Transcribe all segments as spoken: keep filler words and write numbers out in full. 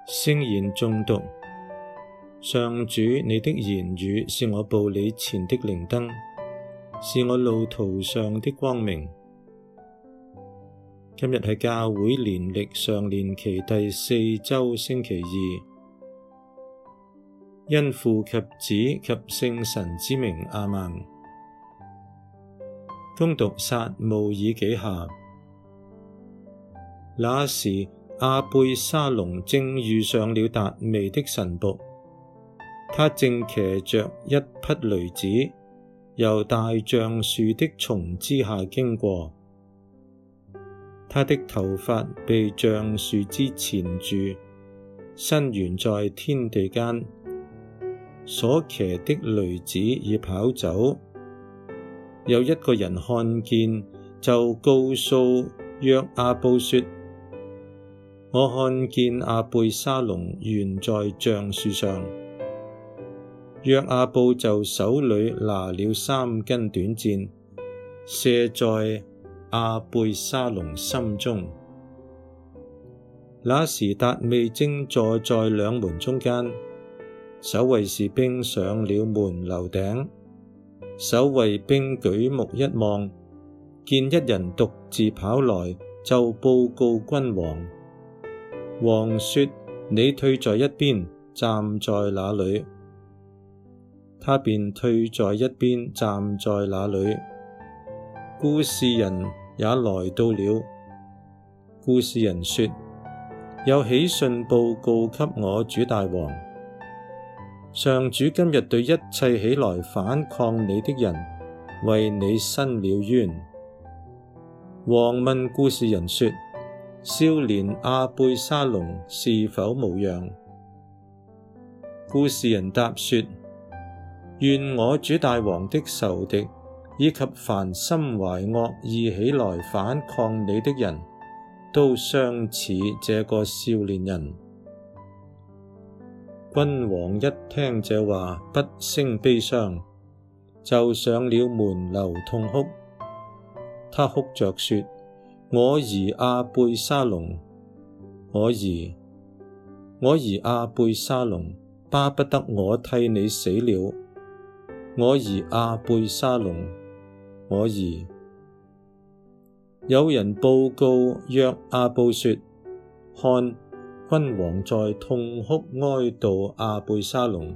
聖言誦讀。上主，你的言語是我步履前的靈燈，是我路途上的光明。今日係教會年曆常年期第四周星期二，因父及子及聖神之名，阿們。恭讀撒慕爾紀下。那時，阿貝沙龍正遇上了達味的臣僕，他正騎着一匹驢子，由大橡樹的叢枝下經過。他的頭髮被橡樹枝纏住，身懸在天地間，所騎的驢子已跑走。有一個人看見，就告訴約阿布說：我看見阿貝沙龍懸在橡樹上。約阿布就手裏拿了三根短箭，射在阿貝沙龍心中。那時達味正坐在兩門中間，守衛士兵上了門樓頂。守衛兵舉目一望，見一人獨自跑來，就報告君王。王說：你退在一邊，站在那裏。他便退在一邊，站在那裏。僱士人也來到了。僱士人說：有喜訊報告給我主大王。上主今日對一切起來反抗你的人，為你伸了冤。王問僱士人說：少年阿貝沙龍是否無恙？僱士人答說：願我主大王的仇敵，以及凡心懷惡意起來反抗你的人，都相似這個少年人。君王一聽這話，不勝悲傷，就上了門樓痛哭。他哭着說：我兒阿貝沙龍，我兒，我兒阿貝沙龍，巴不得我替你死了。我兒阿貝沙龍，我兒。有人報告約阿布說：看，君王在痛哭哀悼阿貝沙龍。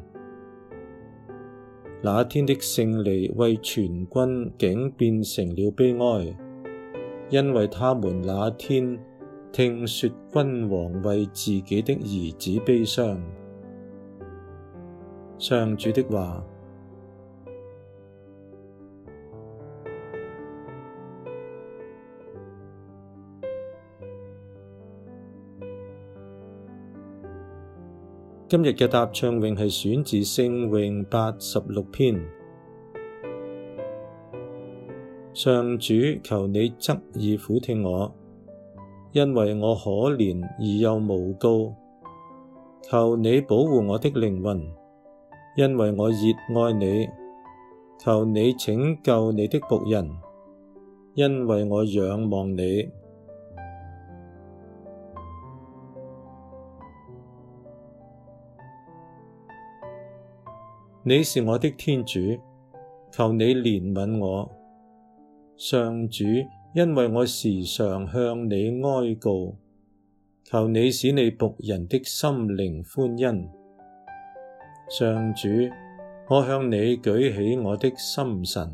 那天的勝利為全軍竟變成了悲哀，因為他們那天聽說君王為自己的兒子悲傷。上主的話。今日嘅答唱詠係選自聖詠八十六篇。上主，求你側耳俯聽我，因為我可憐而又無告。求你保護我的靈魂，因為我熱愛你。求你拯救你的僕人，因為我仰望你。你是我的天主，求你憐憫我。上主，因為我時常向你哀告，求你使你僕人的心靈歡欣。上主，我向你舉起我的心神。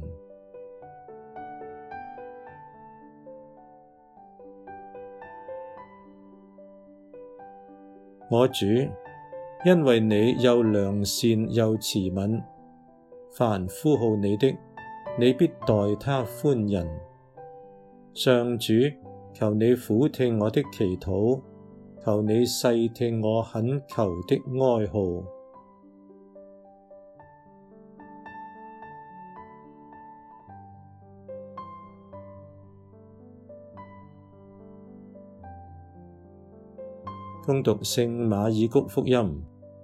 我主，因為你又良善又慈憫，凡呼號你的，你必待他寬仁。上主，求你俯聽我的祈禱，求你細聽我懇求的哀號。恭讀聖馬爾谷福音。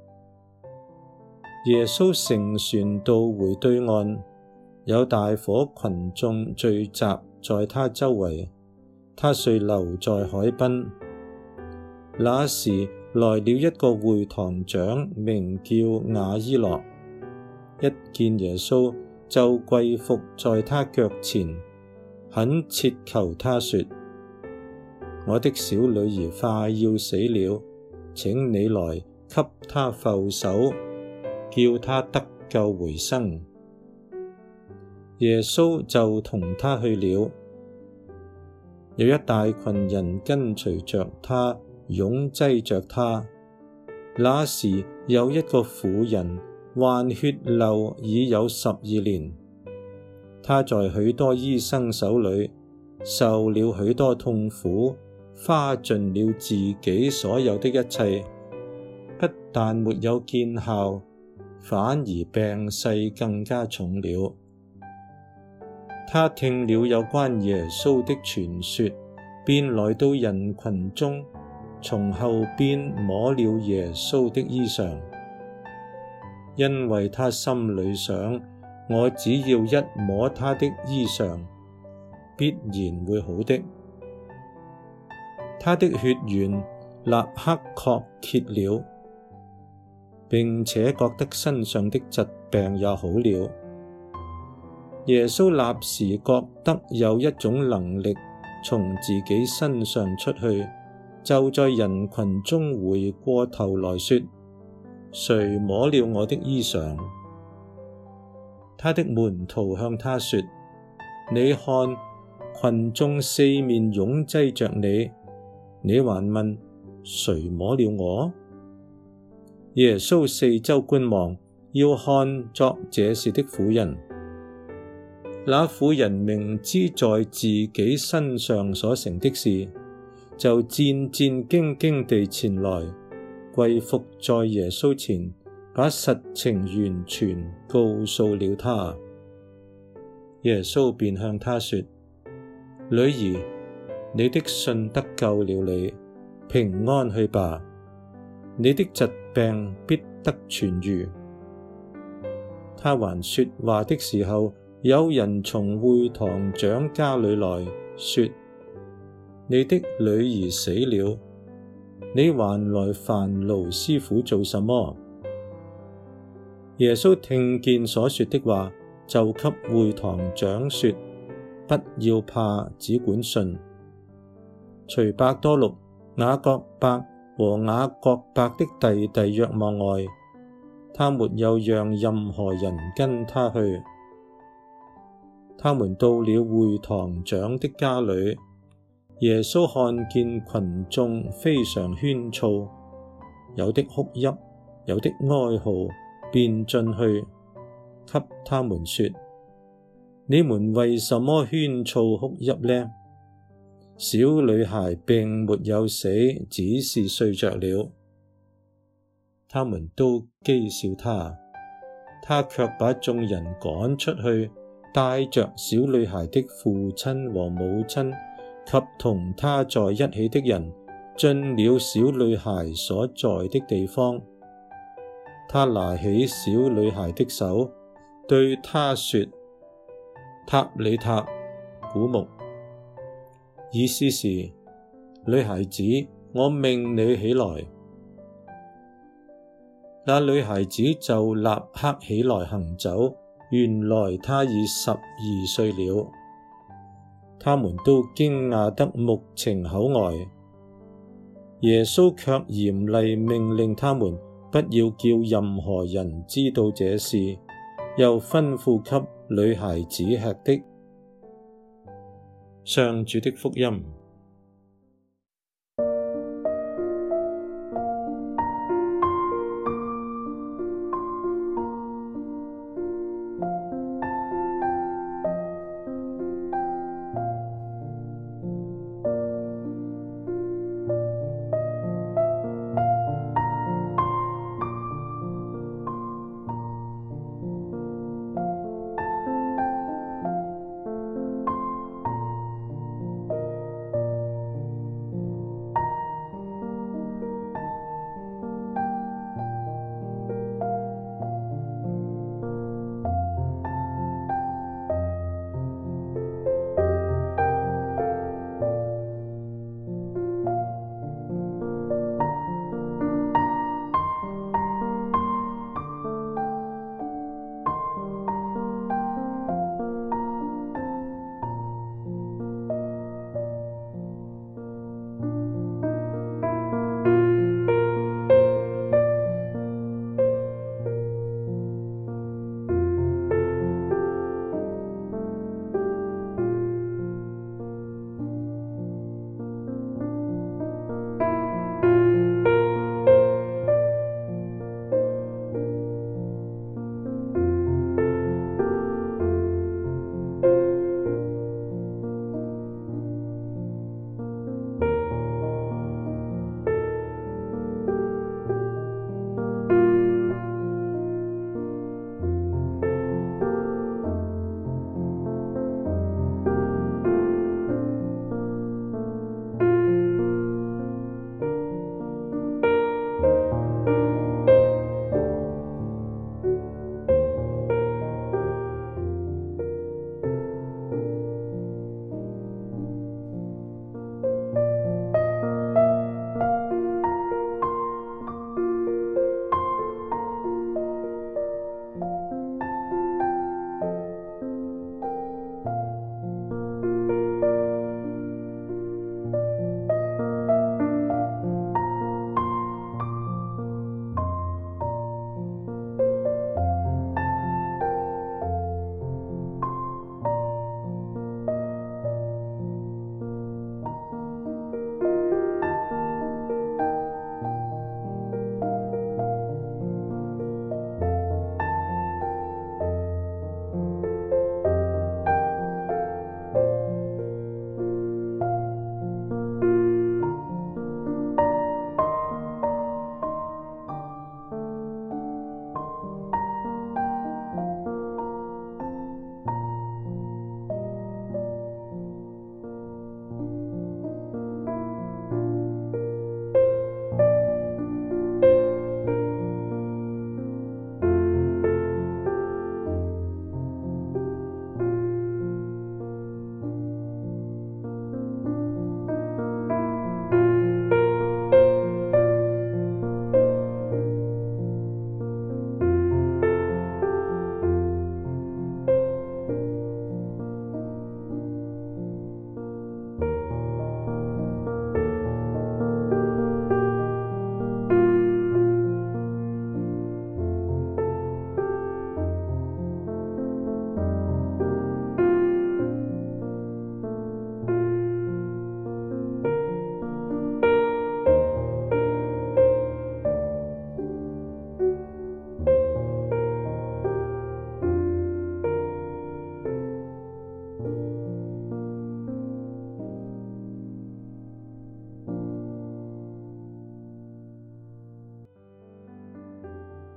耶穌乘船渡回對岸，有大伙群眾聚集在他周圍，他遂留在海濱。那時， 來了一個會堂長，名叫雅伊洛，一見耶穌就跪伏在他腳前，懇切求他說：我的小女兒快要死了，請你來給她覆手，叫她得救回生。耶穌就同他去了，有一大群人跟隨着他，擁擠着他。那時有一個婦人患血漏已有十二年，她在許多醫生手裏受了許多痛苦，花盡了自己所有的一切，不但沒有見效，反而病勢更加重了。他聽了有關耶穌的傳說，便來到人群中，從後邊摸了耶穌的衣裳，因為他心裏想：我只要一摸他的衣裳，必然會好的。他的血源立刻確歇了，並且覺得身上的疾病也好了。耶穌立時覺得有一種能力從自己身上出去，就在人群中回過頭來說：誰摸了我的衣裳？他的門徒向他說：你看，群眾四面擁擠着你，你還問誰摸了我？耶穌四周觀望，要看作這事的婦人。那婦人明知在自己身上所成的事，就戰戰兢兢地前來，跪伏在耶穌前，把實情完全告訴了他。耶穌便向他說：女兒，你的信得救了你，平安去吧，你的疾病必得痊癒。他還說話的時候，有人從會堂長家裏來說：你的女兒死了，你還來煩勞師傅做什麼？耶穌聽見所說的話，就給會堂長說：不要怕，只管信。除伯多祿、雅各伯和雅各伯的弟弟若望外，他沒有讓任何人跟他去。他們到了會堂長的家裏，耶穌看見群眾非常喧噪，有的哭泣，有的哀號，便進去，給他們說：你們為什麼喧噪哭泣呢？小女孩並沒有死，只是睡着了。他們都譏笑他，他卻把眾人趕出去，帶着小女孩的父親和母親及同他在一起的人，進了小女孩所在的地方。他拿起小女孩的手，對她說：塔里塔古木，意思是女孩子，我命你起來。那女孩子就立刻起來行走。原來她已十二歲了。他們都驚訝得目瞪口呆。耶穌卻嚴厲命令他們不要叫任何人知道這事，又吩咐給女孩子吃的。上主的福音。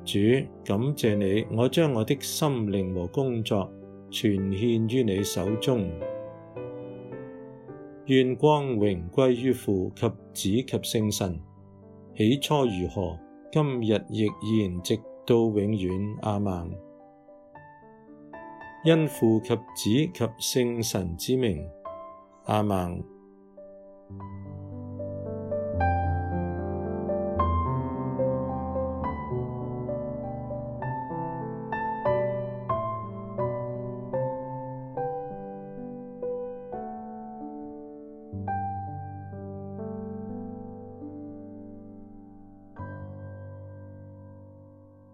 主，感謝你，我將我的心靈和工作全獻於你手中。願光榮歸於父及子及聖神，起初如何，今日亦然，直到永遠。阿們。因父及子及聖神之名。阿們。